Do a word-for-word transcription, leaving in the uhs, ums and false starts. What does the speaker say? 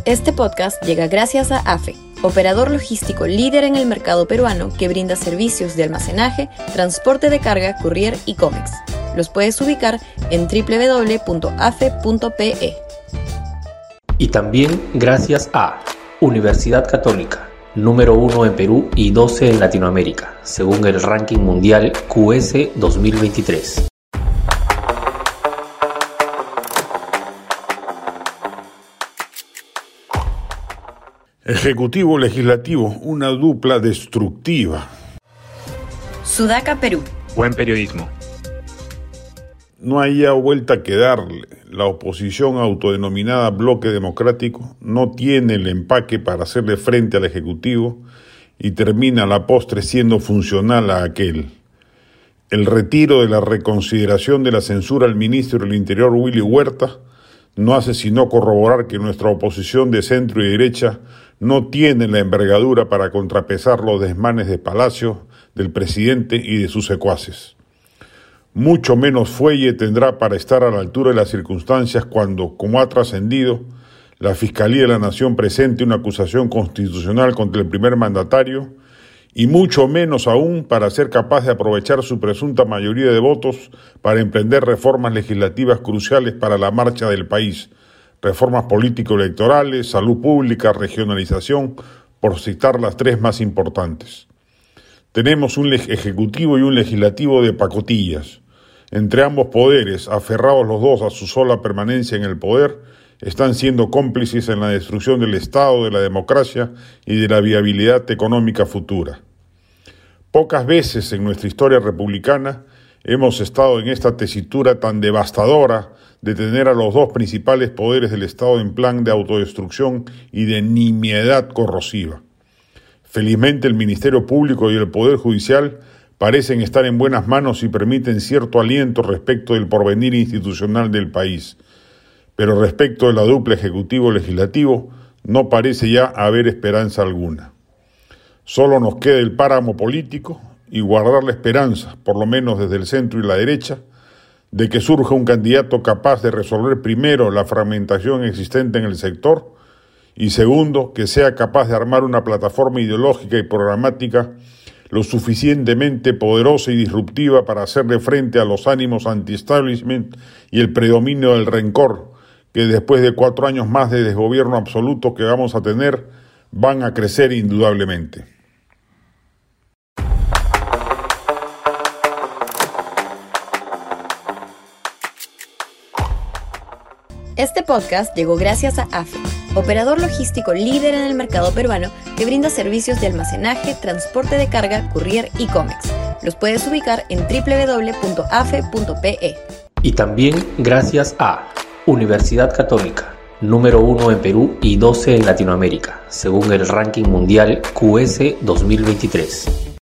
Este podcast llega gracias a AFE, operador logístico líder en el mercado peruano que brinda servicios de almacenaje, transporte de carga, courier y cómics. Los puedes ubicar en doble u doble u doble u punto a f e punto p e. Y también gracias a Universidad Católica, número uno en Perú y doce en Latinoamérica, según el ranking mundial Q S dos mil veintitrés. Ejecutivo Legislativo, una dupla destructiva. Sudaca, Perú. Buen periodismo. No hay ya vuelta que darle. La oposición autodenominada Bloque Democrático no tiene el empaque para hacerle frente al Ejecutivo y termina a la postre siendo funcional a aquel. El retiro de la reconsideración de la censura al ministro del Interior Willy Huerta no hace sino corroborar que nuestra oposición de centro y derecha no tiene la envergadura para contrapesar los desmanes de Palacio, del presidente y de sus secuaces. Mucho menos fuelle tendrá para estar a la altura de las circunstancias cuando, como ha trascendido, la Fiscalía de la Nación presente una acusación constitucional contra el primer mandatario y mucho menos aún para ser capaz de aprovechar su presunta mayoría de votos para emprender reformas legislativas cruciales para la marcha del país, reformas político-electorales, salud pública, regionalización, por citar las tres más importantes. Tenemos un ejecutivo y un legislativo de pacotillas. Entre ambos poderes, aferrados los dos a su sola permanencia en el poder, están siendo cómplices en la destrucción del Estado, de la democracia y de la viabilidad económica futura. Pocas veces en nuestra historia republicana hemos estado en esta tesitura tan devastadora de tener a los dos principales poderes del Estado en plan de autodestrucción y de nimiedad corrosiva. Felizmente el Ministerio Público y el Poder Judicial parecen estar en buenas manos y permiten cierto aliento respecto del porvenir institucional del país. Pero respecto de la dupla ejecutivo-legislativo, no parece ya haber esperanza alguna. Solo nos queda el páramo político y guardar la esperanza, por lo menos desde el centro y la derecha, de que surja un candidato capaz de resolver primero la fragmentación existente en el sector y segundo, que sea capaz de armar una plataforma ideológica y programática lo suficientemente poderosa y disruptiva para hacerle frente a los ánimos anti-establishment y el predominio del rencor, que después de cuatro años más de desgobierno absoluto que vamos a tener, van a crecer indudablemente. Este podcast llegó gracias a AFE, operador logístico líder en el mercado peruano que brinda servicios de almacenaje, transporte de carga, courier y cómics. Los puedes ubicar en doble u doble u doble u punto a f e punto p e. Y también gracias a Universidad Católica, número uno en Perú y doce en Latinoamérica, según el ranking mundial Q S dos mil veintitrés.